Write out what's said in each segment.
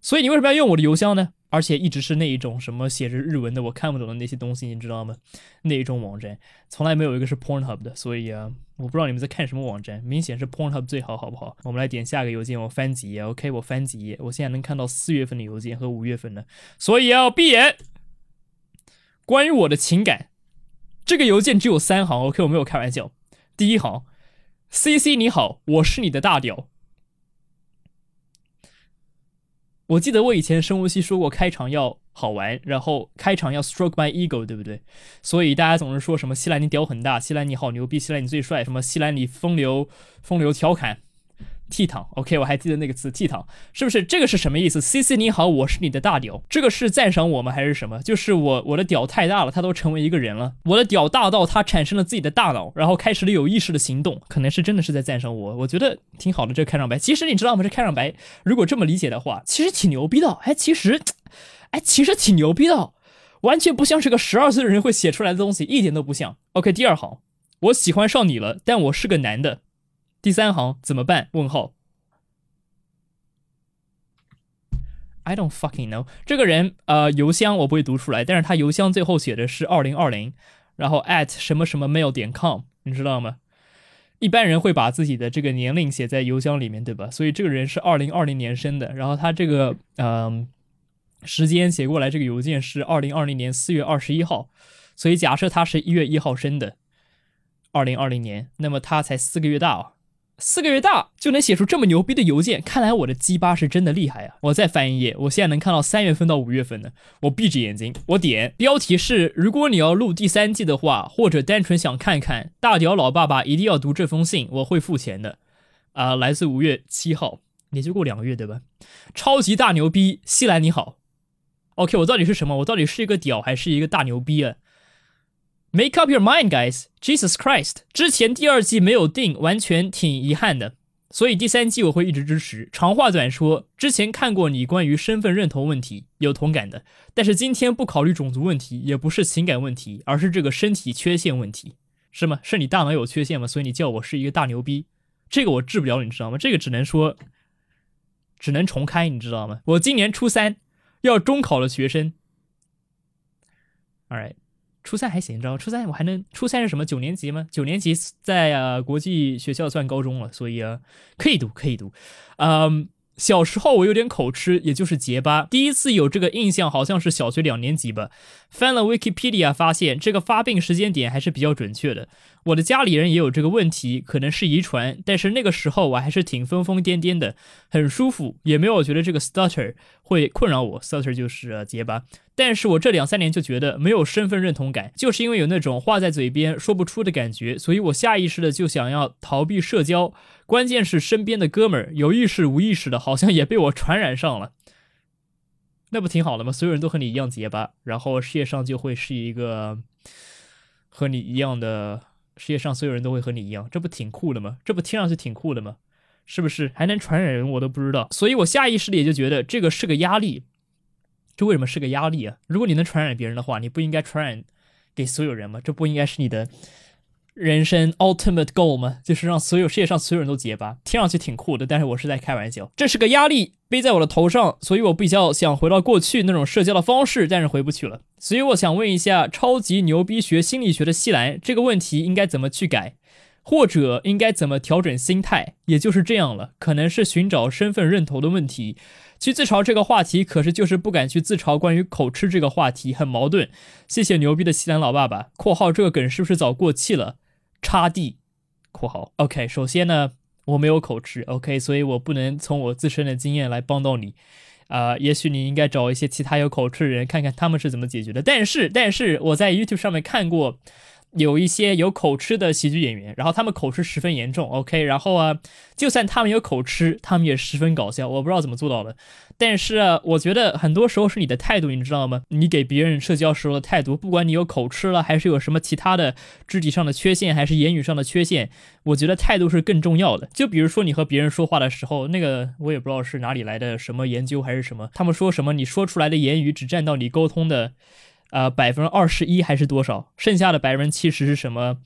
所以你为什么要用我的邮箱呢？而且一直是那一种什么写着日文的我看不懂的那些东西，你知道吗？那一种网站从来没有一个是 Pornhub 的，所以啊，我不知道你们在看什么网站，明显是 Pornhub 最好，好不好？我们来点下个邮件，我翻几页 ，OK， 我翻几页，我现在能看到4月份的邮件和5月份的，所以要闭眼。关于我的情感，这个邮件只有3行 ，OK， 我没有开玩笑。第一行 ，CC 你好，我是你的大屌。我记得我以前深呼吸说过开场要好玩，然后开场要 stroke my ego， 对不对？所以大家总是说什么西兰你屌很大，西兰你好牛逼，西兰你最帅，什么西兰你风流调侃。倜傥 ，OK， 我还记得那个词倜傥，是不是？这个是什么意思 ？CC 你好，我是你的大屌，这个是赞赏我吗？还是什么？就是我的屌太大了，它都成为一个人了。我的屌大到它产生了自己的大脑，然后开始了有意识的行动，可能是真的是在赞赏我。我觉得挺好的，这个开场白。其实你知道吗？这开场白如果这么理解的话，其实挺牛逼的。其实挺牛逼的，完全不像是个12岁的人会写出来的东西，一点都不像。OK， 第2行，我喜欢上你了，但我是个男的。第3行怎么办？问号。I don't fucking know。这个人邮箱我不会读出来，但是他邮箱最后写的是2020，然后 at 什么什么 mail.com， 你知道吗？一般人会把自己的这个年龄写在邮箱里面，对吧？所以这个人是2020年生的，然后他这个时间写过来，这个邮件是2020年4月21号，所以假设他是1月1号生的，2020年，那么他才4个月大啊。4个月大就能写出这么牛逼的邮件，看来我的鸡巴是真的厉害啊！我再翻一页，我现在能看到3月份到5月份的。我闭着眼睛，我点标题是：如果你要录第3季的话，或者单纯想看看大屌老爸爸一定要读这封信，我会付钱的。来自5月7号，也就过2个月对吧？超级大牛逼，西兰你好。OK， 我到底是什么？我到底是一个屌还是一个大牛逼啊？Make up your mind, guys. Jesus Christ. 之前第2季没有定，完全挺遗憾的，所以第3季我会一直支持。长话短说，之前看过你关于身份认同问题，有同感的，但是今天不考虑种族问题，也不是情感问题，而是这个身体缺陷问题，是吗？是你大脑有缺陷吗？所以你叫我是一个大牛逼，这个我治不了，你知道吗？这个只能重开，你知道吗？我今年初3，要中考的学生。Alright。初3还行，你知道吗？初3是什么？9年级吗？9年级在国际学校算高中了，所以可以读。小时候我有点口吃，也就是结巴。第一次有这个印象好像是小学2年级吧。翻了 Wikipedia 发现这个发病时间点还是比较准确的。我的家里人也有这个问题，可能是遗传，但是那个时候我还是挺疯疯癫癫的，很舒服，也没有觉得这个 stutter 会困扰我。stutter 就是结巴。但是我这2-3年就觉得没有身份认同感，就是因为有那种话在嘴边说不出的感觉，所以我下意识的就想要逃避社交。关键是身边的哥们儿有意识无意识的，好像也被我传染上了。那不挺好的吗？所有人都和你一样结巴，然后世界上就会是一个和你一样的，世界上所有人都会和你一样，这不挺酷的吗？这不听上去挺酷的吗？是不是？还能传染人，我都不知道。所以我下意识的也就觉得这个是个压力。这为什么是个压力啊？如果你能传染别人的话，你不应该传染给所有人吗？这不应该是你的人生 ultimate goal 吗？就是让世界上所有人都结巴。听上去挺酷的，但是我是在开玩笑。这是个压力背在我的头上，所以我比较想回到过去那种社交的方式，但是回不去了。所以我想问一下超级牛逼学心理学的西兰，这个问题应该怎么去改？或者应该怎么调整心态？也就是这样了，可能是寻找身份认同的问题。去自嘲这个话题，可是就是不敢去自嘲关于口吃这个话题，很矛盾。谢谢牛逼的西兰老爸爸（括号这个梗是不是早过气了？插地括号 OK， 首先呢，我没有口吃 OK， 所以我不能从我自身的经验来帮到你。也许你应该找一些其他有口吃的人，看看他们是怎么解决的。但是我在 YouTube 上面看过有一些有口吃的喜剧演员，然后他们口吃十分严重 OK， 然后就算他们有口吃，他们也十分搞笑，我不知道怎么做到的。但是我觉得很多时候是你的态度，你知道吗？你给别人社交时候的态度，不管你有口吃了，还是有什么其他的肢体上的缺陷，还是言语上的缺陷，我觉得态度是更重要的。就比如说你和别人说话的时候，那个我也不知道是哪里来的什么研究还是什么，他们说什么你说出来的言语只占到你沟通的21%还是多少，剩下的70%是什么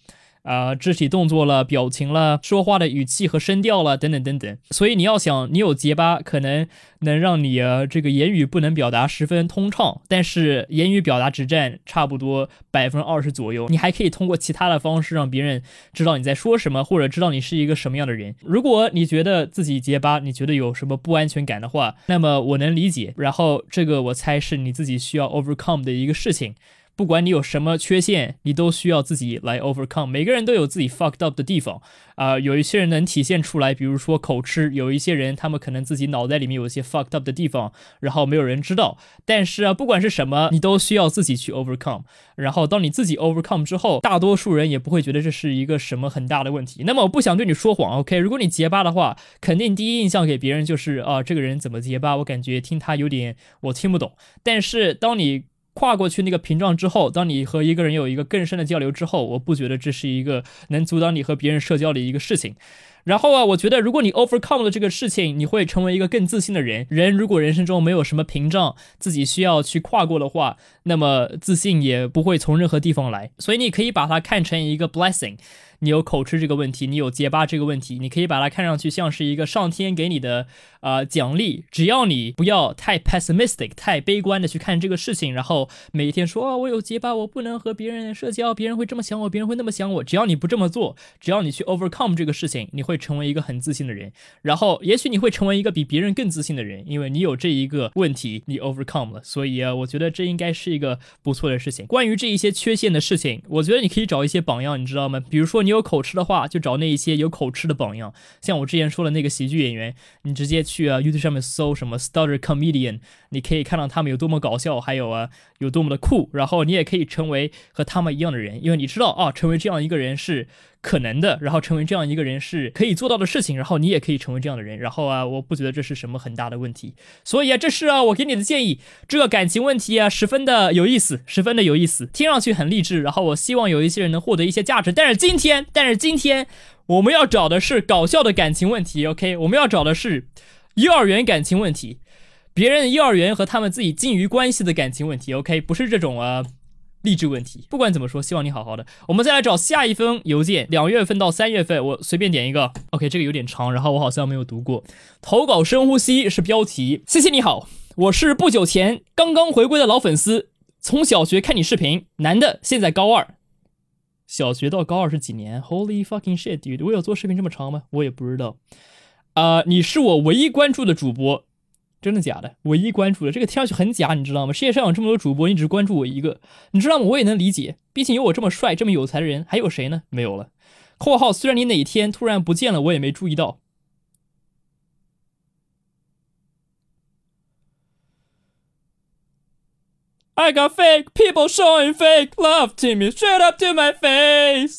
肢体动作了、表情了、说话的语气和声调了等等等等。所以你要想你有结巴，可能能让你这个言语不能表达十分通畅，但是言语表达只占差不多20%左右。你还可以通过其他的方式让别人知道你在说什么，或者知道你是一个什么样的人。如果你觉得自己结巴，你觉得有什么不安全感的话，那么我能理解。然后这个我猜是你自己需要 overcome 的一个事情。不管你有什么缺陷，你都需要自己来 overcome。每个人都有自己 fucked up 的地方，有一些人能体现出来，比如说口吃，有一些人他们可能自己脑袋里面有一些 fucked up 的地方，然后没有人知道。但是不管是什么，你都需要自己去 overcome。然后当你自己 overcome 之后，大多数人也不会觉得这是一个什么很大的问题。那么我不想对你说谎 ，OK？ 如果你结巴的话，肯定第一印象给别人就是这个人怎么结巴，我感觉听他有点我听不懂。但是当你跨过去那个屏障之后，当你和一个人有一个更深的交流之后，我不觉得这是一个能阻挡你和别人社交的一个事情。然后我觉得如果你 overcome 了这个事情，你会成为一个更自信的人。如果人生中没有什么屏障自己需要去跨过的话，那么自信也不会从任何地方来。所以你可以把它看成一个 blessing。你有口吃这个问题，你有结巴这个问题，你可以把它看上去像是一个上天给你的奖励。只要你不要太 pessimistic 太悲观的去看这个事情，然后每一天说我有结巴，我不能和别人社交，别人会这么想我，别人会那么想我。只要你不这么做，只要你去 overcome 这个事情，你会成为一个很自信的人。然后也许你会成为一个比别人更自信的人，因为你有这一个问题你 overcome 了。所以我觉得这应该是一个不错的事情。关于这一些缺陷的事情，我觉得你可以找一些榜样，你知道吗？比如说你有口吃的话，就找那一些有口吃的榜样。像我之前说的那个喜剧演员，你直接去YouTube 上面搜什么 stutter comedian， 你可以看到他们有多么搞笑，还有有多么的酷。然后你也可以成为和他们一样的人，因为你知道成为这样一个人是可能的，然后成为这样一个人是可以做到的事情，然后你也可以成为这样的人。然后我不觉得这是什么很大的问题。所以这是我给你的建议。这个感情问题十分的有意思，十分的有意思，听上去很励志。然后我希望有一些人能获得一些价值。但是今天我们要找的是搞笑的感情问题 ，OK？ 我们要找的是幼儿园感情问题，别人幼儿园和他们自己近于关系的感情问题 ，OK？ 不是这种励志问题。不管怎么说，希望你好好的。我们再来找下一封邮件，2月份到3月份，我随便点一个。OK， 这个有点长，然后我好像没有读过。投稿深呼吸是标题。谢谢你好，我是不久前刚刚回归的老粉丝，从小学看你视频，男的，现在高2。小学到高2是几年 ？Holy fucking shit, dude！ 我有做视频这么长吗？我也不知道。你是我唯一关注的主播。真的假的？唯一关注的这个听上去很假，你知道吗？世界上有这么多主播，你只关注我一个，你知道吗？我也能理解，毕竟有我这么帅、这么有才的人，还有谁呢？没有了。括号虽然你哪天突然不见了，我也没注意到。I got fake people showing fake love to me, straight up to my face,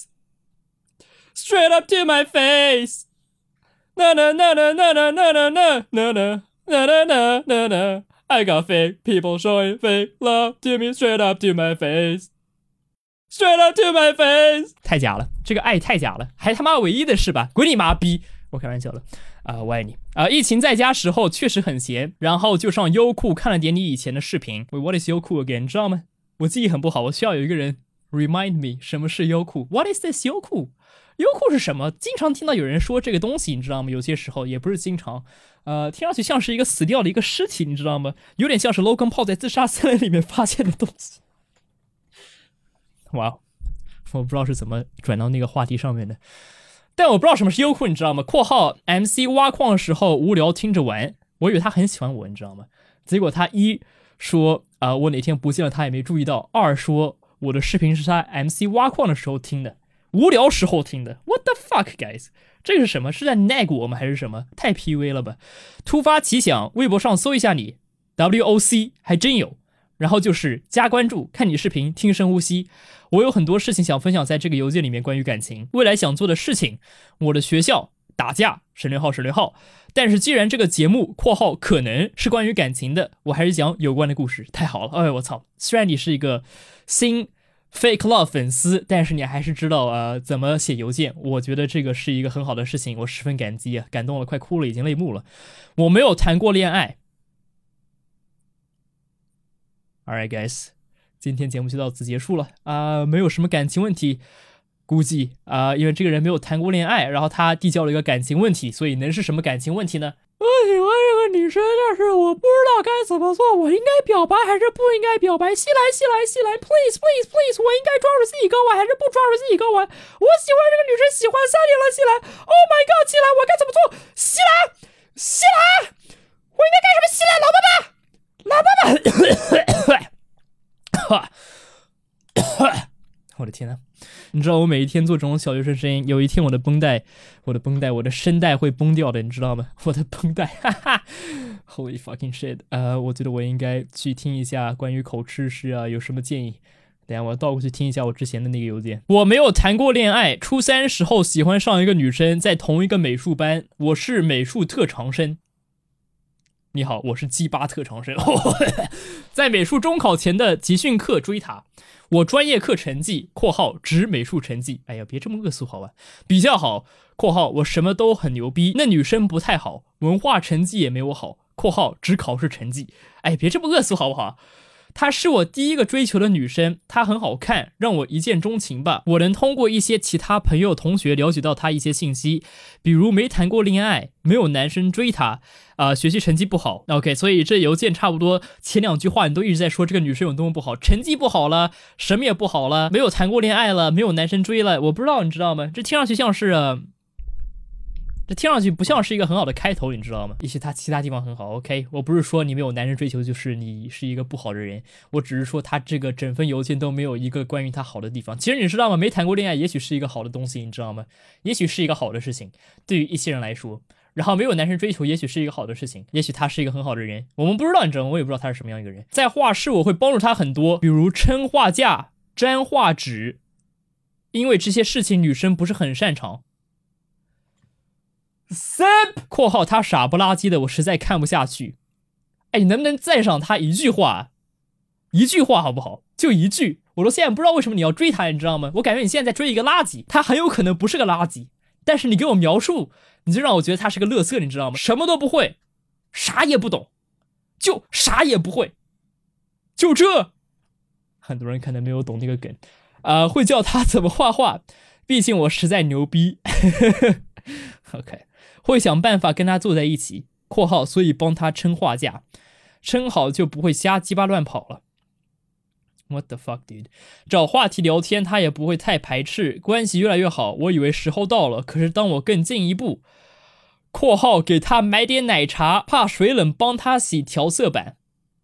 straight up to my face. Na na na na na na na na na na na. Na na na na na, I got fake people showing fake love to me, straight up to my face, straight up to my face。太假了，这个爱太假了，还他妈唯一的是吧？滚你妈逼！我开玩笑了我爱你疫情在家时候确实很闲，然后就上优酷看了点你以前的视频。Wait, what is 优酷 again？ 你知道吗？我记忆很不好，我需要有一个人 remind me 什么是优酷。What is this 优酷？优酷是什么？经常听到有人说这个东西，你知道吗？有些时候也不是经常，听上去像是一个死掉的一个尸体，你知道吗？有点像是 Logan Paul 在自杀森林里面发现的东西。哇，我不知道是怎么转到那个话题上面的，但我不知道什么是优酷，你知道吗？括号 MC 挖矿的时候无聊听着玩，我以为他很喜欢我，你知道吗？结果他一说我哪天不见了他也没注意到，二说我的视频是他 MC 挖矿的时候听的。无聊时候听的 ，What the fuck, guys？ 这是什么？是在 nag 我吗？还是什么？太 PUA 了吧！突发奇想，微博上搜一下你 ，WOC 还真有。然后就是加关注，看你视频，听深呼吸。我有很多事情想分享在这个邮件里面，关于感情，未来想做的事情，我的学校打架，省略号。但是既然这个节目括号可能是关于感情的，我还是讲有关的故事，太好了！哎，我操！虽然你是一个新Fake Love 粉丝，但是你还是知道怎么写邮件，我觉得这个是一个很好的事情，我十分感激感动了，快哭了，已经泪目了。我没有谈过恋爱。Alright guys， 今天节目就到此结束了没有什么感情问题。 估计因为这个人没有谈过恋爱，然后他递交了一个感情问题，所以能是什么感情问题呢？我喜欢这个女生，但是我不知道该怎么做，我应该表白还是不应该表白？西来，please，我应该抓住自己睾丸还是不抓住自己睾丸？我喜欢这个女生喜欢3年了，西来 ，Oh my god， 西来，我该怎么做？西来，我应该干什么？西来，老爸爸，我的天哪！你知道我每一天做这种小学生声音，有一天我的声带会崩掉的，你知道吗？我的绷带，哈哈 ，Holy fucking shit！ 我觉得我应该去听一下关于口吃师有什么建议。等一下我要倒过去听一下我之前的那个邮件。我没有谈过恋爱，初3时候喜欢上一个女生，在同一个美术班，我是美术特长生。你好，我是鸡巴特长生，在美术中考前的集训课追她。我专业课成绩（括号指美术成绩），哎呀，别这么恶俗好吧？比较好（括号我什么都很牛逼）。那女生不太好，文化成绩也没我好（括号指考试成绩）。哎，别这么恶俗好不好？她是我第一个追求的女生，她很好看，让我一见钟情吧。我能通过一些其他朋友同学了解到她一些信息，比如没谈过恋爱，没有男生追她，学习成绩不好。OK， 所以这邮件差不多前2句话你都一直在说这个女生有多么不好，成绩不好了，什么也不好了，没有谈过恋爱了，没有男生追了。我不知道你知道吗？这听上去像是这听上去不像是一个很好的开头，你知道吗？也许他其他地方很好 ，OK？ 我不是说你没有男人追求就是你是一个不好的人，我只是说他这个整份邮件都没有一个关于他好的地方。其实你知道吗？没谈过恋爱也许是一个好的东西，你知道吗？也许是一个好的事情，对于一些人来说。然后没有男生追求也许是一个好的事情，也许他是一个很好的人，我们不知道，你知道吗？我也不知道他是什么样一个人。在画室我会帮助他很多，比如撑画架、粘画纸，因为这些事情女生不是很擅长。Simp 括号他傻不拉几的，我实在看不下去。哎，你能不能赞赏他一句话？一句话好不好？就一句。我说现在不知道为什么你要追他，你知道吗？我感觉你现在在追一个垃圾，他很有可能不是个垃圾，但是你给我描述，你就让我觉得他是个垃圾，你知道吗？什么都不会，啥也不懂，就啥也不会，就这。很多人可能没有懂那个梗，会教他怎么画画，毕竟我实在牛逼。OK。会想办法跟他坐在一起（括号所以帮他撑画架，撑好就不会瞎鸡巴乱跑了）。What the fuck, dude？ 找话题聊天，他也不会太排斥，关系越来越好。我以为时候到了，可是当我更进一步（括号给他买点奶茶，怕水冷，帮他洗调色板）。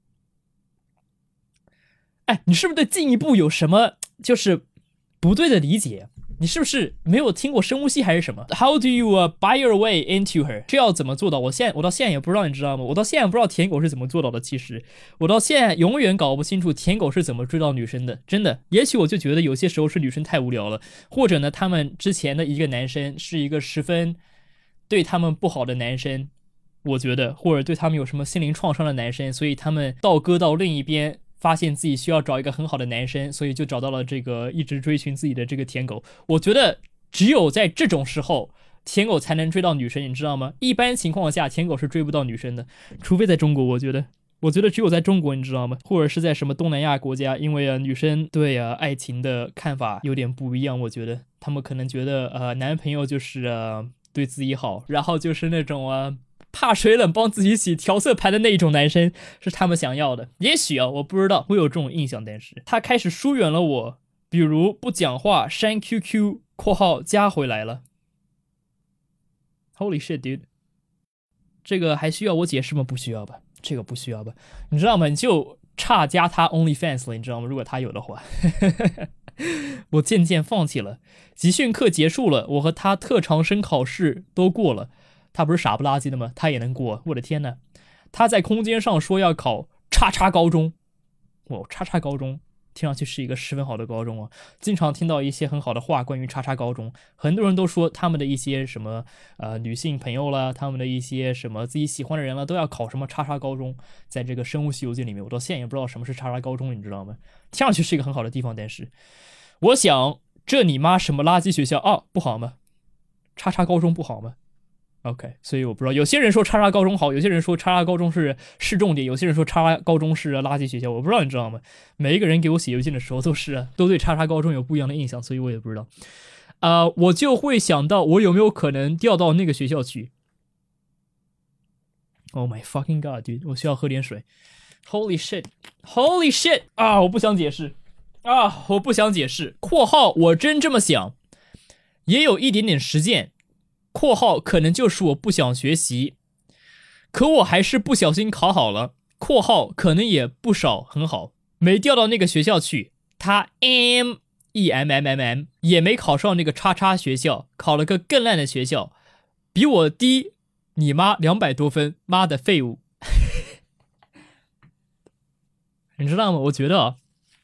哎，你是不是对进一步有什么就是不对的理解？你是不是没有听过深呼吸还是什么 ？How do you buy your way into her？ 这要怎么做到？我到现在也不知道，你知道吗？我到现在不知道舔狗是怎么做到的。其实我到现在永远搞不清楚舔狗是怎么追到女生的。真的，也许我就觉得有些时候是女生太无聊了，或者呢，他们之前的一个男生是一个十分对他们不好的男生，我觉得，或者对他们有什么心灵创伤的男生，所以他们倒戈到另一边。发现自己需要找一个很好的男生，所以就找到了这个一直追寻自己的这个舔狗。我觉得只有在这种时候，舔狗才能追到女生，你知道吗？一般情况下，舔狗是追不到女生的，除非在中国。我觉得只有在中国，你知道吗？或者是在什么东南亚国家，因为女生对爱情的看法有点不一样。我觉得他们可能觉得男朋友就是对自己好，然后就是那种怕水冷帮自己洗调色盘的那一种男生是他们想要的。也许我不知道，我有这种印象。但是他开始疏远了我，比如不讲话，删 QQ（ 括号加回来了）。Holy shit, dude！ 这个还需要我解释吗？不需要吧，这个不需要吧。你知道吗？你就差加他 OnlyFans 了，你知道吗？如果他有的话。我渐渐放弃了。集训课结束了，我和他特长生考试都过了。他不是傻不拉几的吗？他也能过，我的天哪！他在空间上说要考叉叉高中，叉叉高中听上去是一个十分好的高中啊！经常听到一些很好的话关于叉叉高中，很多人都说他们的一些什么女性朋友啦，他们的一些什么自己喜欢的人了，都要考什么叉叉高中。在这个生物西游记里面，我到现在也不知道什么是叉叉高中，你知道吗？听上去是一个很好的地方，但是我想这你妈什么垃圾学校不好吗？叉叉高中不好吗？ OK， 所以我不知道，有些人说叉叉高中好，有些人说叉叉高中是市重点，有些人说叉叉高中是垃圾学校，我不知道，你知道吗？每一个人给我写邮件的时候都对叉叉高中有不一样的印象，所以我也不知道。我就会想到我有没有可能调到那个学校去。Oh my fucking god, dude！ 我需要喝点水。Holy shit! Holy shit! 我不想解释我不想解释。括号我真这么想，也有一点点实践。括号可能就是我不想学习，可我还是不小心考好了。括号可能也不少很好，没调到那个学校去。他 EMMM 也没考上那个叉叉学校，考了个更烂的学校，比我低你妈200多分，妈的废物！你知道吗？我觉得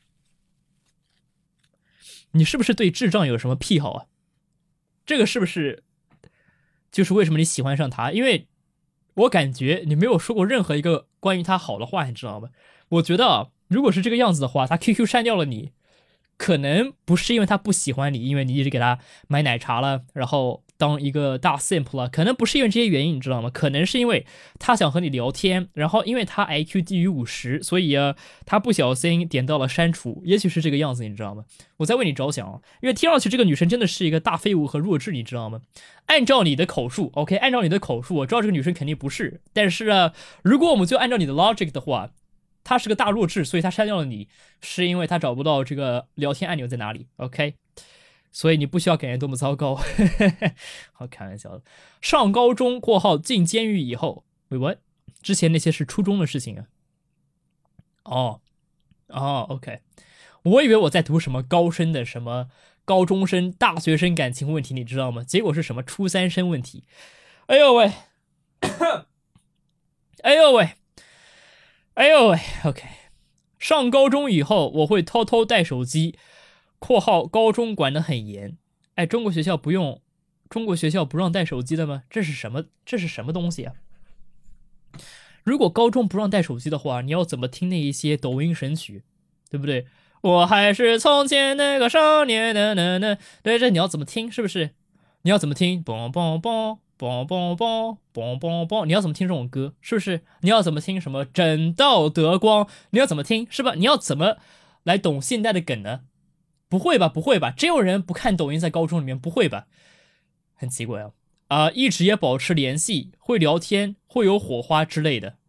你是不是对智障有什么癖好啊？这个是不是就是为什么你喜欢上他？因为我感觉你没有说过任何一个关于他好的话，你知道吗？我觉得如果是这个样子的话，他 QQ 删掉了你，可能不是因为他不喜欢你，因为你一直给他买奶茶了，然后当一个大 simp 了，可能不是因为这些原因，你知道吗？可能是因为他想和你聊天，然后因为他 IQ 低于50，所以他不小心点到了删除，也许是这个样子，你知道吗？我在为你着想，因为听上去这个女生真的是一个大废物和弱智，你知道吗？按照你的口述 ，OK， 按照你的口述，我知道这个女生肯定不是，但是如果我们就按照你的 logic 的话，她是个大弱智，所以她删掉了你，是因为她找不到这个聊天按钮在哪里 ，OK？ 所以你不需要感觉多么糟糕，好开玩笑的。上高中（括号进监狱以后），喂喂，之前那些是初中的事情啊。OK， 我以为我在读什么高深的什么高中生、大学生感情问题，你知道吗？结果是什么初三生问题。哎呦喂，哎呦喂，哎呦喂 ，OK。上高中以后，我会偷偷带手机。括号高中管得很严，中国学校不让带手机的吗？这是什么东西啊？如果高中不让带手机的话，你要怎么听那一些抖音神曲，对不对？我还是从前那个少年的，对，这你要怎么听？是不是？你要怎么听？嘣嘣嘣嘣嘣嘣嘣嘣嘣，你要怎么听这种歌？是不是？你要怎么听什么正道德光？你要怎么听？是吧？你要怎么来懂现代的梗呢？不会吧，不会吧，真有人不看抖音在高中里面？不会吧，很奇怪一直也保持联系，会聊天，会有火花之类的。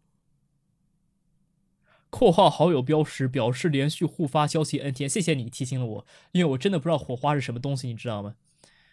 括号好友标识表示连续互发消息 N 天，谢谢你提醒了我，因为我真的不知道火花是什么东西，你知道吗？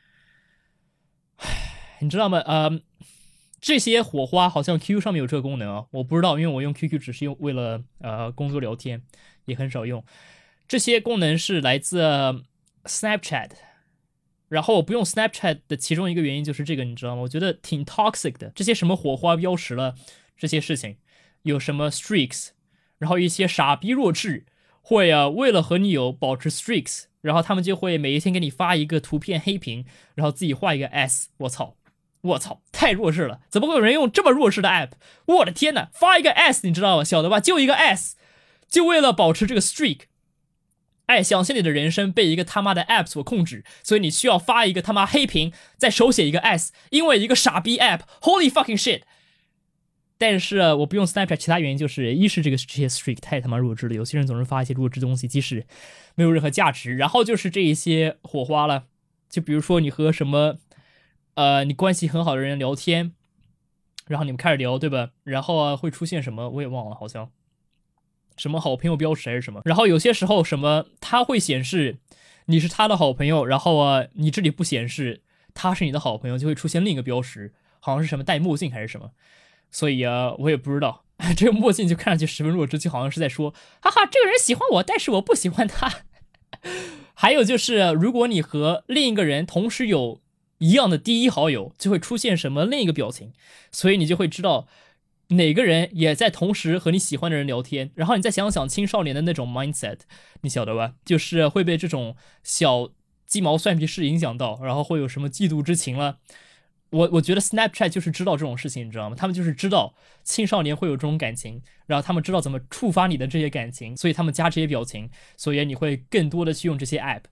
你知道吗？这些火花好像 QQ 上面有这个功能我不知道，因为我用 QQ 只是为了工作聊天，也很少用。这些功能是来自Snapchat， 然后我不用 Snapchat 的其中一个原因就是这个，你知道吗？我觉得挺 toxic 的，这些什么火花标识了这些事情，有什么 streaks， 然后一些傻逼弱智会为了和你保持 streaks， 然后他们就会每一天给你发一个图片黑屏，然后自己画一个 S， 我操，太弱智了！怎么会有人用这么弱智的 app？ 我的天哪，发一个 S， 你知道吗？晓得吧？就一个 S， 就为了保持这个 streak。想象你的人生被一个他妈的 app 所控制，所以你需要发一个他妈黑屏，再手写一个 S， 因为一个傻逼 app，Holy fucking shit！ 但是我不用 Snapchat， 其他原因就是一是这些 streak 太他妈弱智了，有些人总是发一些弱智东西，即使没有任何价值。然后就是这一些火花了，就比如说你和什么你关系很好的人聊天，然后你们开始聊，对吧？然后会出现什么我也忘了，好像什么好朋友标识还是什么，然后有些时候什么它会显示你是他的好朋友，然后你这里不显示他是你的好朋友，就会出现另一个标识，好像是什么戴墨镜还是什么，所以我也不知道，这个墨镜就看上去十分弱智，就好像是在说哈哈这个人喜欢我，但是我不喜欢他。还有就是如果你和另一个人同时有一样的第一好友，就会出现什么另一个表情，所以你就会知道哪个人也在同时和你喜欢的人聊天。然后你再想想青少年的那种 mindset， 你晓得吧？就是会被这种小鸡毛蒜皮事影响到，然后会有什么嫉妒之情了。我觉得 Snapchat 就是知道这种事情，你知道吗？他们就是知道青少年会有这种感情，然后他们知道怎么触发你的这些感情，所以他们加这些表情，所以你会更多的去用这些 app。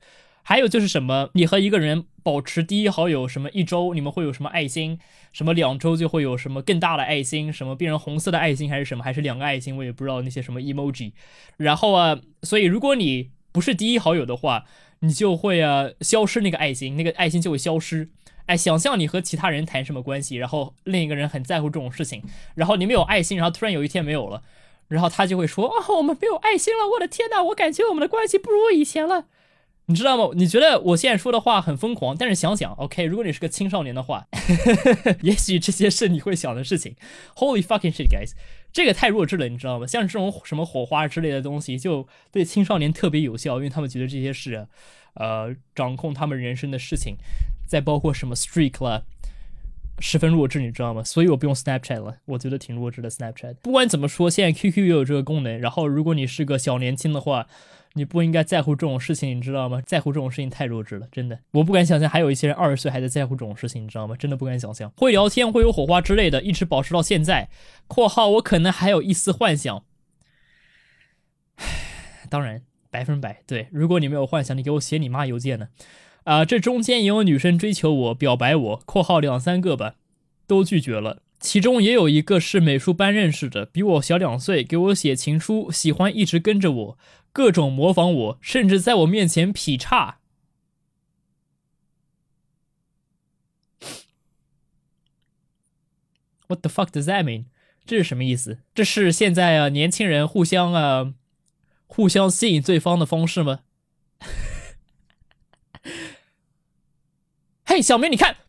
还有就是什么，你和一个人保持第一好友什么1周，你们会有什么爱心，什么2周就会有什么更大的爱心，什么变成红色的爱心还是什么，还是2个爱心，我也不知道那些什么 emoji。然后所以如果你不是第一好友的话，你就会消失那个爱心，那个爱心就会消失。哎，想象你和其他人谈什么关系，然后另一个人很在乎这种事情，然后你没有爱心，然后突然有一天没有了，然后他就会说我们没有爱心了，我的天哪，我感觉我们的关系不如以前了。你知道吗？你觉得我现在说的话很疯狂，但是想想 OK， 如果你是个青少年的话也许这些是你会想的事情。 Holy fucking shit guys， 这个太弱智了，你知道吗？像这种什么火花之类的东西就对青少年特别有效，因为他们觉得这些是掌控他们人生的事情。再包括什么 streak 了，十分弱智，你知道吗？所以我不用 Snapchat 了，我觉得挺弱智的 Snapchat。不管怎么说，现在 QQ 也有这个功能，然后如果你是个小年轻的话，你不应该在乎这种事情，你知道吗？在乎这种事情太弱智了，真的。我不敢想象还有一些人20岁还在在乎这种事情，你知道吗？真的不敢想象。会聊天，会有火花之类的，一直保持到现在（括号我可能还有一丝幻想）。当然100%对，如果你没有幻想，你给我写你妈邮件呢。这中间也有女生追求我，表白我（括号2、3个吧），都拒绝了。其中也有一个是美术班认识的，比我小2岁，给我写情书，喜欢一直跟着我，各种模仿我，甚至在我面前劈叉。What the fuck does that mean？ 这是什么意思？这是现在年轻人互相吸引对方的方式吗？嘿，小明，你看！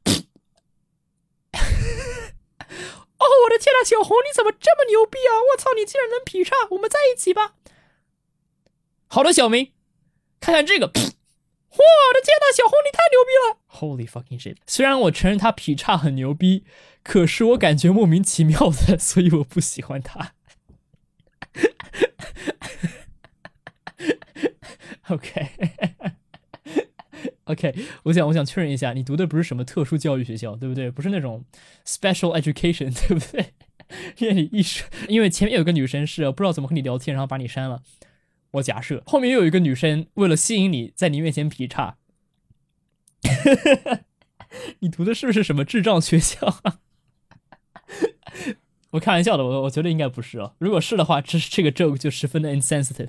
哦，我的天哪，小红，你怎么这么牛逼啊！我操，你竟然能劈叉，我们在一起吧？好的，小明，看看这个！我的天哪，小红，你太牛逼了 ！Holy fucking shit！ 虽然我承认他劈叉很牛逼，可是我感觉莫名其妙的，所以我不喜欢他。OK， 我想确认一下，你读的不是什么特殊教育学校，对不对？不是那种 special education， 对不对？因为前面有个女生是不知道怎么和你聊天，然后把你删了。我假设后面又有一个女生为了吸引你，在你面前劈叉。你读的是不是什么智障学校？我开玩笑的，我觉得应该不是哦。如果是的话，这个 joke 就十分的 insensitive。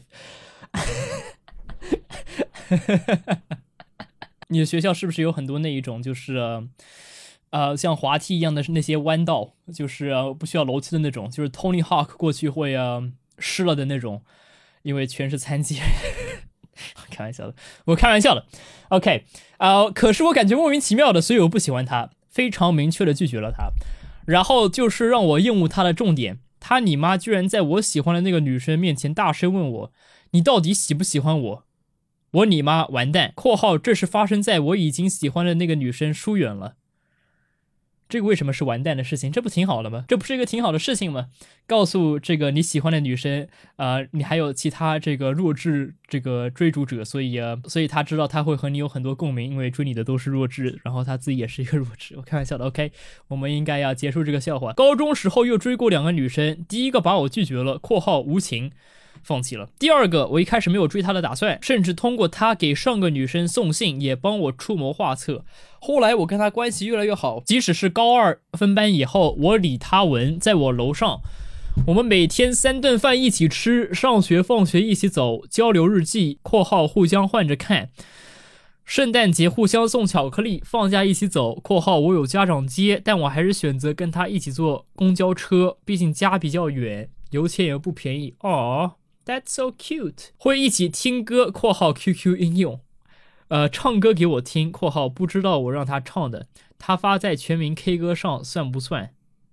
你的学校是不是有很多那一种就是像滑梯一样的那些弯道，就是不需要楼梯的那种，就是 Tony Hawk 过去会湿了的那种，因为全是残疾人。开玩笑的，我开玩笑的。OK， 可是我感觉莫名其妙的，所以我不喜欢他，非常明确的拒绝了他。然后就是让我厌恶他的重点，他你妈居然在我喜欢的那个女生面前大声问我，你到底喜不喜欢我？我你妈完蛋（括号这是发生在我已经喜欢的那个女生疏远了）。这个为什么是完蛋的事情？这不挺好的吗？这不是一个挺好的事情吗？告诉这个你喜欢的女生，你还有其他这个弱智这个追逐者，所以他知道他会和你有很多共鸣，因为追你的都是弱智，然后他自己也是一个弱智。我开玩笑的 ，OK， 我们应该要结束这个笑话。高中时候又追过2个女生，第一个把我拒绝了（括号无情）。放弃了。第二个，我一开始没有追她的打算，甚至通过她给上个女生送信，也帮我出谋划策。后来我跟她关系越来越好，即使是高2分班以后，我李她文在我楼上，我们每天3顿饭一起吃，上学放学一起走，交流日记（括号互相换着看）。圣诞节互相送巧克力，放假一起走（括号我有家长接，但我还是选择跟他一起坐公交车，毕竟家比较远，油钱也不便宜。That's so cute。 会一起听歌（括号 QQ 应用），唱歌给我听（括号不知道我让他唱的，他发在全民 K 歌上算不算）。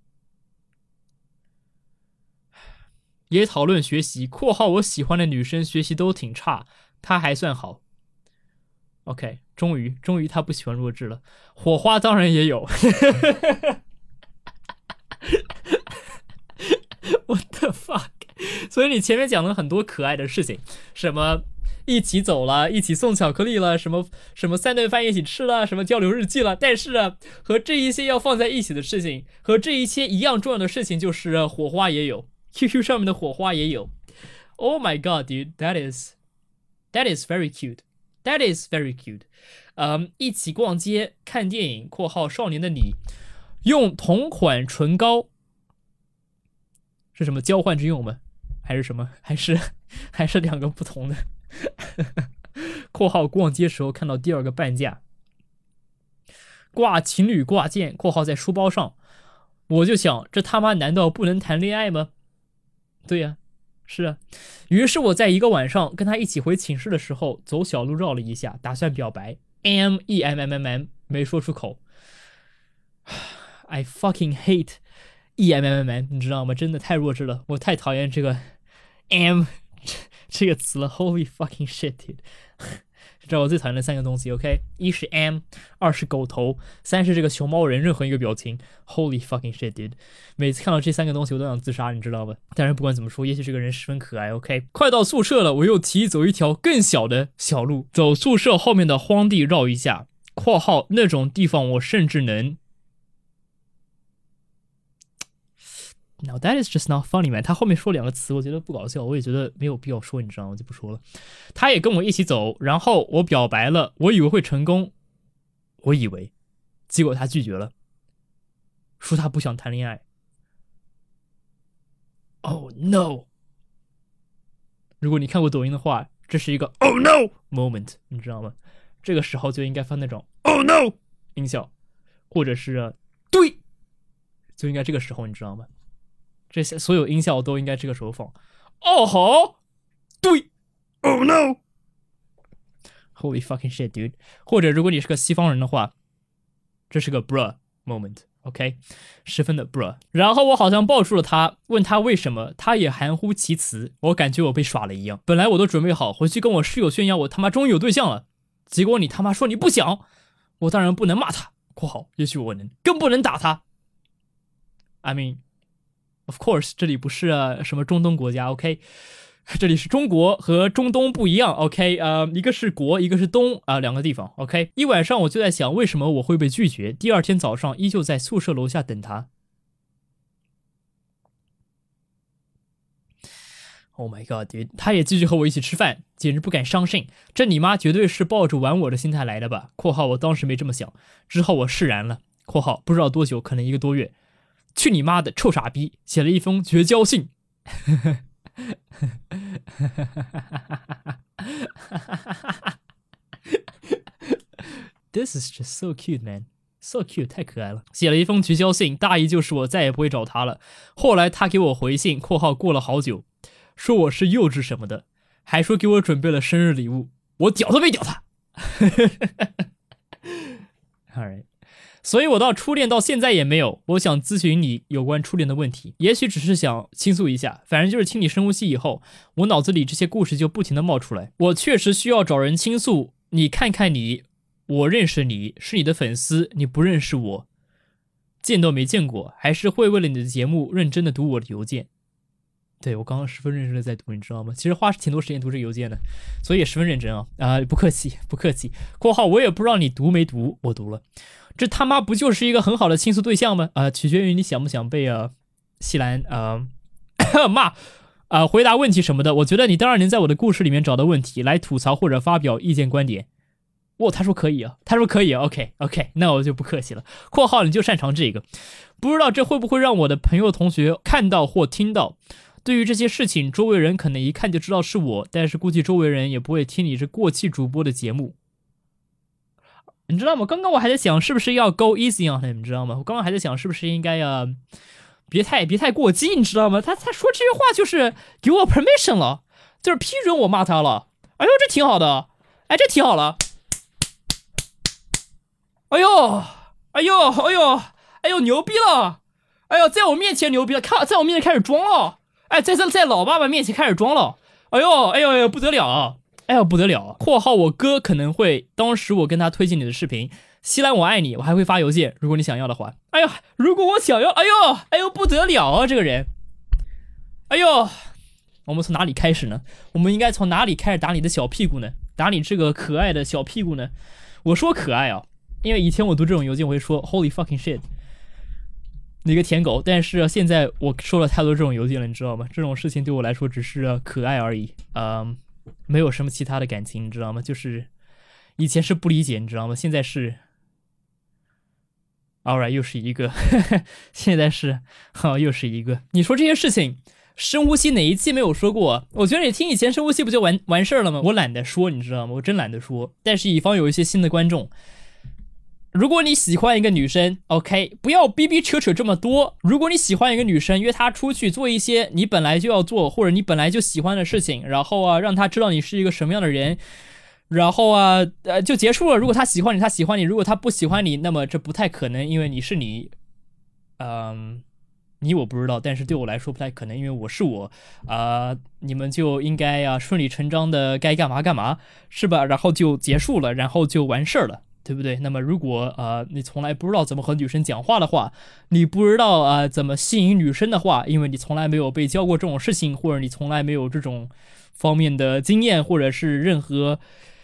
也讨论学习（括号我喜欢的女生学习都挺差，他还算好）。OK， 终于他不喜欢弱智了。火花当然也有。What the fuck？ 所以你前面讲了很多可爱的事情，什么一起走了，一起送巧克力了，什么3顿饭一起吃了，什么交流日记了，但是和这一些要放在一起的事情，和这一些一样重要的事情，就是火花也有， QQ 上面的火花也有。Oh my god dude， that is very cute。 That is very cute. 一起逛街看电影（括号少年的你），用同款唇膏是什么交换之用吗？还是什么？还是两个不同的？括号逛街时候看到第二个半价，挂情侣挂件（括号在书包上），我就想这他妈难道不能谈恋爱吗？对呀，是啊。于是我在一个晚上跟他一起回寝室的时候，走小路绕了一下，打算表白 ，M 没说出口。I fucking hate EMMM， 你知道吗？真的太弱智了，我太讨厌这个 M 这个词了。Holy fucking shit， dude 知道我最讨厌的三个东西 ，OK？ 一是 M， 二是狗头，三是这个熊猫人任何一个表情。Holy fucking shit， dude！ 每次看到这三个东西，我都想自杀，你知道吗？但是不管怎么说，也许这个人十分可爱 ，OK？ 快到宿舍了，我又提议走一条更小的小路，走宿舍后面的荒地绕一下（括号那种地方我甚至能）。Now that is just not funny, man. 他后面说两个词，我觉得不搞笑，我也觉得没有必要说，你知道吗？我就不说了。他也跟我一起走，然后我表白了，我以为会成功，结果他拒绝了，说他不想谈恋爱。Oh no！ 如果你看过抖音的话，这是一个 Oh no moment， 你知道吗？这个时候就应该放那种 Oh no 音效，或者是对，就应该这个时候，你知道吗？这些所有音效都应该这个时候放。哦好，对 ，Oh no，Holy fucking shit, dude！ 或者如果你是个西方人的话，这是个 bruh moment，OK， 十分的 bruh。然后我好像抱住了他，问他为什么，他也含糊其辞，我感觉我被耍了一样。本来我都准备好回去跟我室友炫耀我他妈终于有对象了，结果你他妈说你不想，我当然不能骂他（括号也许我能），更不能打他。I mean。Of course， 这里不是什么中东国家 ，OK， 这里是中国和中东不一样 ，OK， 一个是国，一个是东两个地方 ，OK。一晚上我就在想，为什么我会被拒绝？第二天早上依旧在宿舍楼下等他。Oh my god， dude， 他也继续和我一起吃饭，简直不敢相信，这你妈绝对是抱着玩我的心态来的吧？（括号我当时没这么想，之后我释然了。）（括号不知道多久，可能1个多月。）去你妈的臭傻逼！写了一封绝交信。This is just so cute, man. So cute， 太可爱了。写了一封绝交信，大意就是我再也不会找他了。后来他给我回信（括号过了好久），说我是幼稚什么的，还说给我准备了生日礼物。我屌都没屌他。Alright。所以我到初恋到现在也没有，我想咨询你有关初恋的问题，也许只是想倾诉一下，反正就是听你深呼吸以后，我脑子里这些故事就不停的冒出来。我确实需要找人倾诉，你看看你，我认识你，是你的粉丝，你不认识我，见都没见过，还是会为了你的节目认真的读我的邮件。对，我刚刚十分认真的在读，你知道吗？其实花挺多时间读这个邮件的，所以也十分认真啊。不客气，不客气。括号我也不知道你读没读，我读了。这他妈不就是一个很好的倾诉对象吗？取决于你想不想被西兰骂回答问题什么的。我觉得你当然能在我的故事里面找到问题来吐槽或者发表意见观点。他说可以啊，他说可以啊。OK， 那我就不客气了。括号你就擅长这个，不知道这会不会让我的朋友同学看到或听到。对于这些事情，周围人可能一看就知道是我，但是估计周围人也不会听你这过气主播的节目。你知道吗？刚刚我还在想是不是要 go easy on him， 你知道吗？我刚刚还在想是不是应该别太过激，你知道吗？他说这句话就是给我 permission 了，就是批准我骂他了。哎呦，这挺好的，哎，这挺好了。哎呦，牛逼了！哎呦，在我面前牛逼了，在我面前开始装了。哎，在老爸爸面前开始装了。哎呦，不得了啊！哎呦，不得了！（括号我哥可能会，当时我跟他推荐你的视频，西兰我爱你，我还会发邮件，如果你想要的话。哎呦，如果我想要，哎呦，不得了啊，这个人！哎呦，我们从哪里开始呢？我们应该从哪里开始打你的小屁股呢？打你这个可爱的小屁股呢？我说可爱啊，因为以前我读这种邮件我会说 Holy fucking shit。你个舔狗，但是现在我收了太多这种邮件了，你知道吗？这种事情对我来说只是可爱而已，没有什么其他的感情，你知道吗？就是以前是不理解，你知道吗？现在是 ，alright， 又是一个，现在是，又是一个。你说这些事情，深呼吸哪一期没有说过？我觉得你听以前深呼吸不就完事儿了吗？我懒得说，你知道吗？我真懒得说。但是以防有一些新的观众，如果你喜欢一个女生 ，OK， 不要逼逼扯扯这么多。如果你喜欢一个女生，约她出去做一些你本来就要做或者你本来就喜欢的事情，然后让她知道你是一个什么样的人，然后就结束了。如果她喜欢你，她喜欢你；如果她不喜欢你，那么这不太可能，因为你是你，你我不知道，但是对我来说不太可能，因为我是我，你们就应该顺理成章的该干嘛干嘛，是吧？然后就结束了，然后就完事儿了。对不对？那么如果你从来不知道怎么和女生讲话的话，你不知道怎么吸引女生的话，因为你从来没有被教过这种事情，或者你从来没有这种方面的经验，或者是任何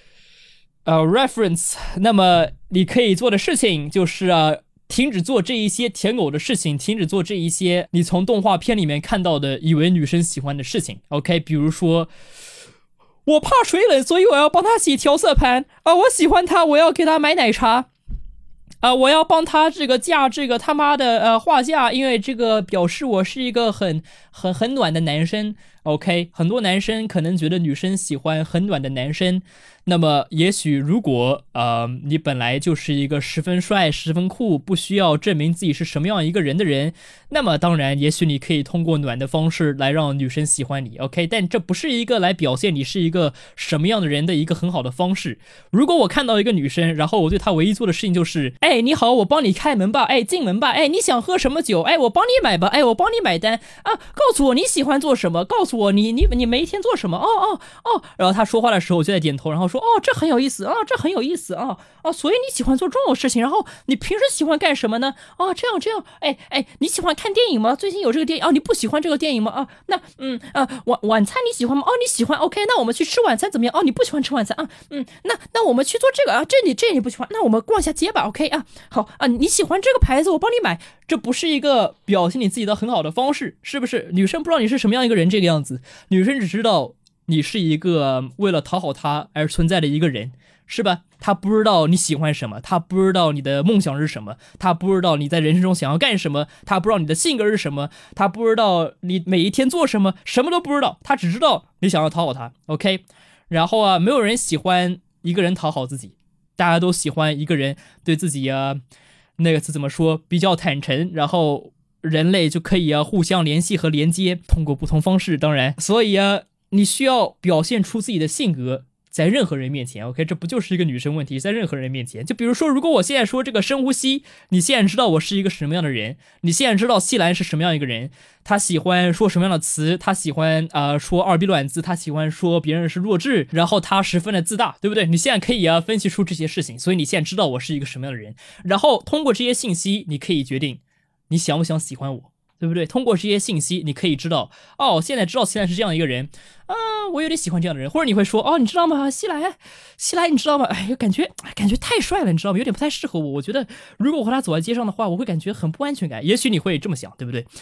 reference， 那么你可以做的事情就是停止做这一些舔狗的事情，停止做这一些你从动画片里面看到的以为女生喜欢的事情。OK， 比如说。我怕水冷，所以我要帮他洗调色盘我喜欢他，我要给他买奶茶我要帮他这个架这个他妈的画架，因为这个表示我是一个很暖的男生。OK， 很多男生可能觉得女生喜欢很暖的男生，那么也许如果你本来就是一个十分帅十分酷，不需要证明自己是什么样一个人的人，那么当然也许你可以通过暖的方式来让女生喜欢你。 OK， 但这不是一个来表现你是一个什么样的人的一个很好的方式。如果我看到一个女生，然后我对她唯一做的事情就是你好，我帮你开门吧，进门吧，你想喝什么酒，我帮你买吧，我帮你买单告诉我你喜欢做什么，告诉我你每一天做什么然后他说话的时候我就在点头，然后说这很有意思这很有意思所以你喜欢做这种事情，然后你平时喜欢干什么呢这样你喜欢看电影吗？最近有这个电影你不喜欢这个电影吗那晚餐你喜欢吗你喜欢 OK， 那我们去吃晚餐怎么样你不喜欢吃晚餐那我们去做这个这你不喜欢，那我们逛一下街吧 OK 好你喜欢这个牌子我帮你买。这不是一个表现你自己的很好的方式，是不是？女生不知道你是什么样一个人这个样子，女生只知道你是一个为了讨好她而存在的一个人，是吧？她不知道你喜欢什么，她不知道你的梦想是什么，她不知道你在人生中想要干什么，她不知道你的性格是什么，她不知道你每一天做什么，什么都不知道，她只知道你想要讨好她 OK。 然后没有人喜欢一个人讨好自己，大家都喜欢一个人对自己那个词怎么说，比较坦诚，然后人类就可以互相联系和连接，通过不同方式，当然，所以你需要表现出自己的性格，在任何人面前 OK， 这不就是一个女生问题，在任何人面前。就比如说，如果我现在说这个深呼吸，你现在知道我是一个什么样的人，你现在知道西兰是什么样一个人，他喜欢说什么样的词，他喜欢说二逼卵字，他喜欢说别人是弱智，然后他十分的自大，对不对？你现在可以分析出这些事情，所以你现在知道我是一个什么样的人，然后通过这些信息你可以决定你想不想喜欢我，对不对？通过这些信息你可以知道现在知道西兰是这样一个人我有点喜欢这样的人，或者你会说你知道吗，西兰你知道吗，感觉太帅了，你知道吗，有点不太适合我，我觉得如果我和他走在街上的话，我会感觉很不安全感，也许你会这么想，对不对？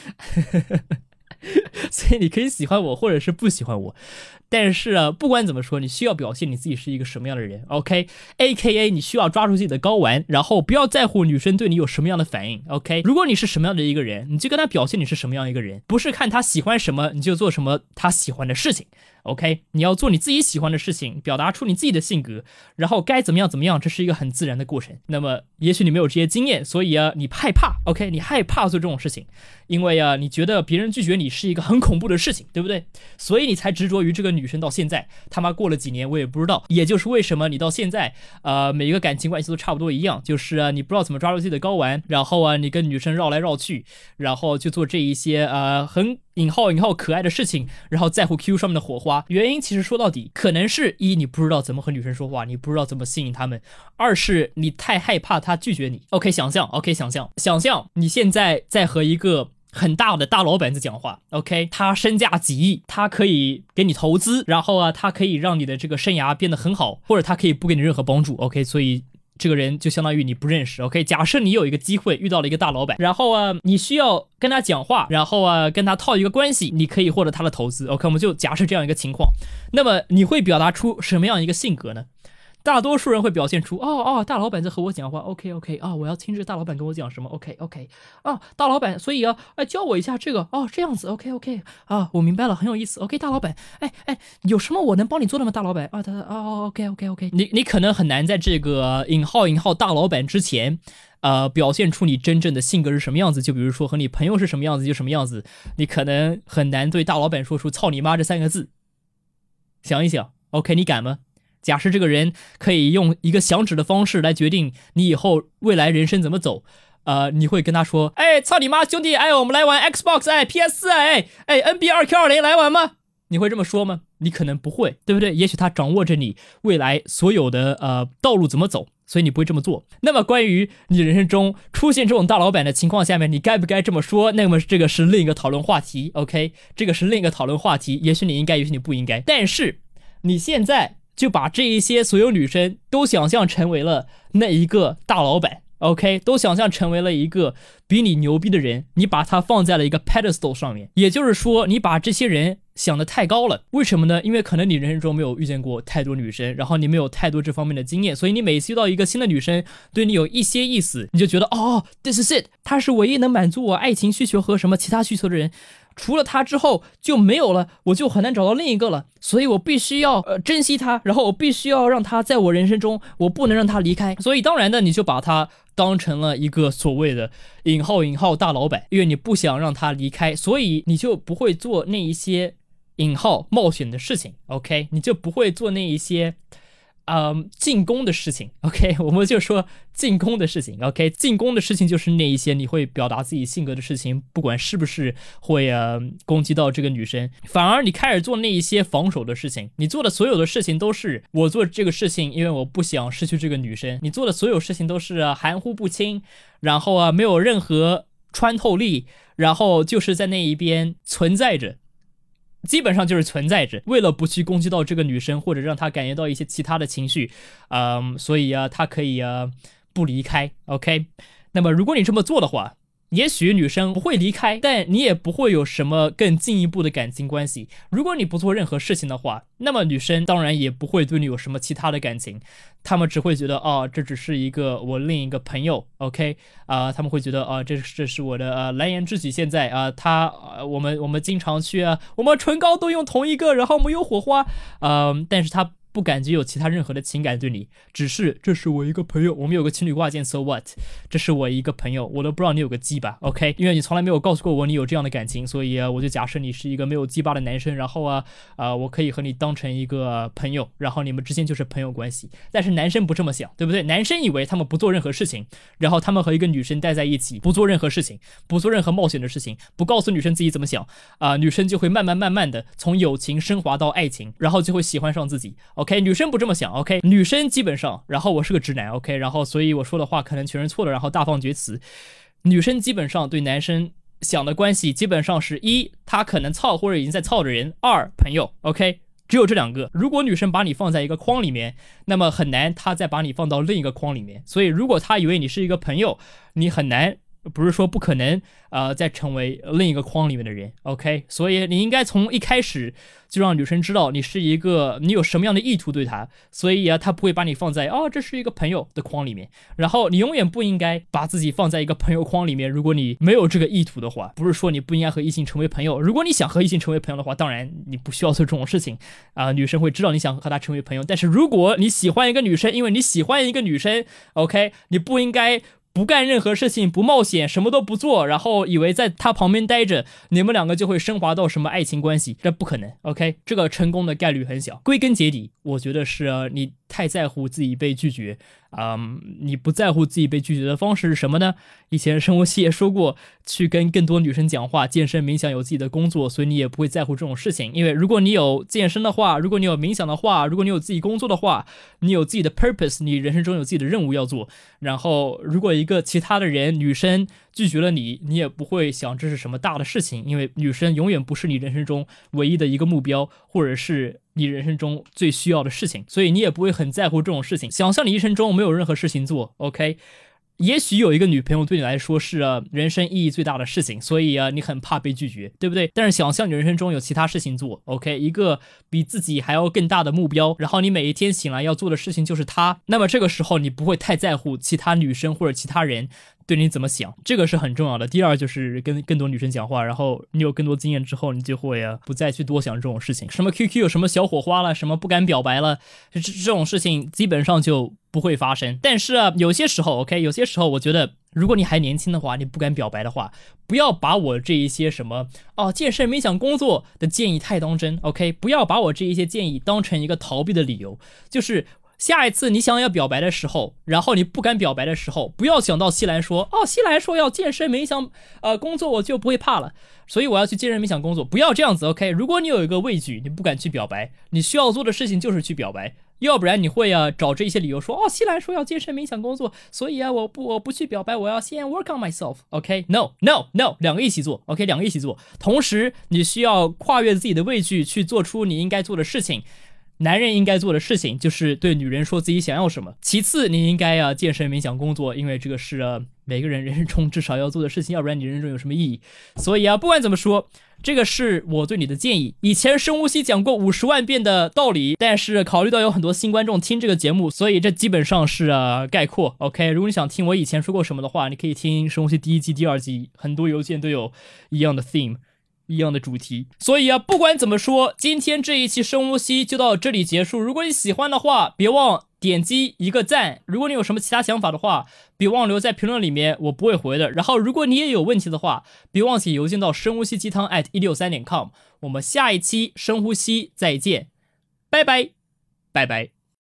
所以你可以喜欢我或者是不喜欢我，但是不管怎么说，你需要表现你自己是一个什么样的人 OK， AKA 你需要抓住自己的睾丸，然后不要在乎女生对你有什么样的反应 OK。 如果你是什么样的一个人，你就跟她表现你是什么样一个人，不是看她喜欢什么你就做什么她喜欢的事情 OK， 你要做你自己喜欢的事情，表达出你自己的性格，然后该怎么样，这是一个很自然的过程。那么也许你没有这些经验，所以你害怕 OK， 你害怕做这种事情，因为你觉得别人拒绝你是一个很恐怖的事情，对不对？所以你才执着于这个女生到现在，他妈过了几年我也不知道，也就是为什么你到现在每一个感情关系都差不多一样，就是你不知道怎么抓住自己的睾丸，然后你跟女生绕来绕去，然后就做这一些很引号可爱的事情，然后在乎 QQ 上面的火花。原因其实说到底可能是一，你不知道怎么和女生说话，你不知道怎么吸引她们；二是你太害怕她拒绝你。 OK， 想象你现在在和一个很大的大老板在讲话 OK， 他身价几亿，他可以给你投资，然后他可以让你的这个生涯变得很好，或者他可以不给你任何帮助 OK， 所以这个人就相当于你不认识 OK。 假设你有一个机会遇到了一个大老板，然后你需要跟他讲话，然后跟他套一个关系，你可以获得他的投资 OK， 我们就假设这样一个情况，那么你会表达出什么样一个性格呢？ 大多数人会表现出大老板在和我讲话 OK 啊，我要听这大老板跟我讲什么 OK 啊，大老板所以教我一下这个这样子 OK 啊，我明白了，很有意思 OK 大老板有什么我能帮你做的吗大老板OK 你可能很难在这个引号大老板之前表现出你真正的性格是什么样子，就比如说和你朋友是什么样子就什么样子，你可能很难对大老板说出操你妈这3个字。想一想 OK 你敢吗？假设这个人可以用一个响指的方式来决定你以后未来人生怎么走，你会跟他说操你妈兄弟我们来玩 Xbox PS4 NBA 2K20 来玩吗？你会这么说吗？你可能不会，对不对？也许他掌握着你未来所有的道路怎么走，所以你不会这么做。那么关于你人生中出现这种大老板的情况下面，你该不该这么说？那么这个是另一个讨论话题 OK 这个是另一个讨论话题，也许你应该，也许你不应该。但是你现在就把这一些所有女生都想象成为了那一个大老板 OK 都想象成为了一个比你牛逼的人，你把它放在了一个 pedestal 上面，也就是说你把这些人想得太高了。为什么呢？因为可能你人生中没有遇见过太多女生，然后你没有太多这方面的经验，所以你每次遇到一个新的女生对你有一些意思，你就觉得this is it 她是唯一能满足我爱情需求和什么其他需求的人，除了他之后就没有了，我就很难找到另一个了，所以我必须要珍惜他，然后我必须要让他在我人生中，我不能让他离开。所以当然的，你就把他当成了一个所谓的引号大老板，因为你不想让他离开，所以你就不会做那一些引号冒险的事情 OK 你就不会做那一些进攻的事情 OK 我们就说进攻的事情 OK 进攻的事情就是那一些你会表达自己性格的事情，不管是不是会攻击到这个女生，反而你开始做那一些防守的事情，你做的所有的事情都是我做这个事情因为我不想失去这个女生，你做的所有事情都是含糊不清，然后没有任何穿透力，然后就是在那一边存在着，基本上就是存在着，为了不去攻击到这个女生或者让她感觉到一些其他的情绪所以她可以不离开 OK 那么如果你这么做的话，也许女生不会离开，但你也不会有什么更进一步的感情关系。如果你不做任何事情的话，那么女生当然也不会对你有什么其他的感情，他们只会觉得这只是一个我另一个朋友 OK 他们会觉得这是我的蓝颜知己，现在我们经常去我们唇膏都用同一个，然后我们有火花但是他不感觉有其他任何的情感对你，只是这是我一个朋友，我们有个情侣挂件 so what 这是我一个朋友，我都不知道你有个鸡巴 OK 因为你从来没有告诉过我你有这样的感情，所以我就假设你是一个没有鸡巴的男生，然后我可以和你当成一个朋友，然后你们之间就是朋友关系。但是男生不这么想，对不对？男生以为他们不做任何事情，然后他们和一个女生待在一起，不做任何事情，不做任何冒险的事情，不告诉女生自己怎么想女生就会慢慢的从友情升华到爱情，然后就会喜欢上自己OK 女生不这么想 OK 女生基本上，然后我是个直男 OK 然后所以我说的话可能全是错的，然后大放厥词。女生基本上对男生想的关系基本上是一，他可能操或者已经在操的人，二朋友 OK 只有这两个。如果女生把你放在一个框里面，那么很难她再把你放到另一个框里面，所以如果她以为你是一个朋友，你很难，不是说不可能再成为另一个框里面的人 OK 所以你应该从一开始就让女生知道你是一个，你有什么样的意图对她，所以她不会把你放在这是一个朋友的框里面，然后你永远不应该把自己放在一个朋友框里面。如果你没有这个意图的话，不是说你不应该和异性成为朋友，如果你想和异性成为朋友的话，当然你不需要做这种事情女生会知道你想和她成为朋友。但是如果你喜欢一个女生，因为你喜欢一个女生 OK 你不应该不干任何事情，不冒险，什么都不做，然后以为在他旁边待着你们两个就会升华到什么爱情关系，这不可能 OK 这个成功的概率很小。归根结底我觉得是你太在乎自己被拒绝你不在乎自己被拒绝的方式是什么呢？以前生活系也说过，去跟更多女生讲话，健身冥想，有自己的工作，所以你也不会在乎这种事情。因为如果你有健身的话，如果你有冥想的话，如果你有自己工作的话，你有自己的 purpose， 你人生中有自己的任务要做，然后如果一个其他的人女生拒绝了你，你也不会想这是什么大的事情，因为女生永远不是你人生中唯一的一个目标，或者是你人生中最需要的事情，所以你也不会很在乎这种事情。想象你一生中没有任何事情做 OK 也许有一个女朋友对你来说是人生意义最大的事情，所以你很怕被拒绝，对不对？但是想象你人生中有其他事情做 ，OK， 一个比自己还要更大的目标，然后你每一天醒来要做的事情就是它，那么这个时候你不会太在乎其他女生或者其他人对你怎么想，这个是很重要的。第二就是跟更多女生讲话，然后你有更多经验之后，你就会不再去多想这种事情，什么 QQ 有什么小火花了，什么不敢表白了，这种事情基本上就不会发生。但是有些时候 OK， 有些时候我觉得如果你还年轻的话，你不敢表白的话，不要把我这一些什么健身冥想工作的建议太当真 OK， 不要把我这一些建议当成一个逃避的理由，就是下一次你想要表白的时候，然后你不敢表白的时候，不要想到西兰说西兰说要健身冥想工作，我就不会怕了，所以我要去健身冥想工作，不要这样子 OK。 如果你有一个畏惧，你不敢去表白，你需要做的事情就是去表白，要不然你会找这些理由说西兰说要健身冥想工作，所以我不去表白，我要先 work on myself OK。 No， 两个一起做 OK， 两个一起做，同时你需要跨越自己的畏惧去做出你应该做的事情。男人应该做的事情就是对女人说自己想要什么，其次你应该健身冥想工作，因为这个是每个人人生中至少要做的事情，要不然你人生中有什么意义。所以不管怎么说，这个是我对你的建议。以前深呼吸讲过50万遍的道理，但是考虑到有很多新观众听这个节目，所以这基本上是概括 OK。 如果你想听我以前说过什么的话，你可以听深呼吸第1季第2季，很多邮件都有一样的 theme，一样的主题。所以不管怎么说，今天这一期深呼吸就到这里结束。如果你喜欢的话，别忘点击一个赞。如果你有什么其他想法的话，别忘留在评论里面，我不会回的。然后如果你也有问题的话，别忘记邮件到深呼吸鸡汤 @163.com。 我们下一期深呼吸再见，拜拜拜拜。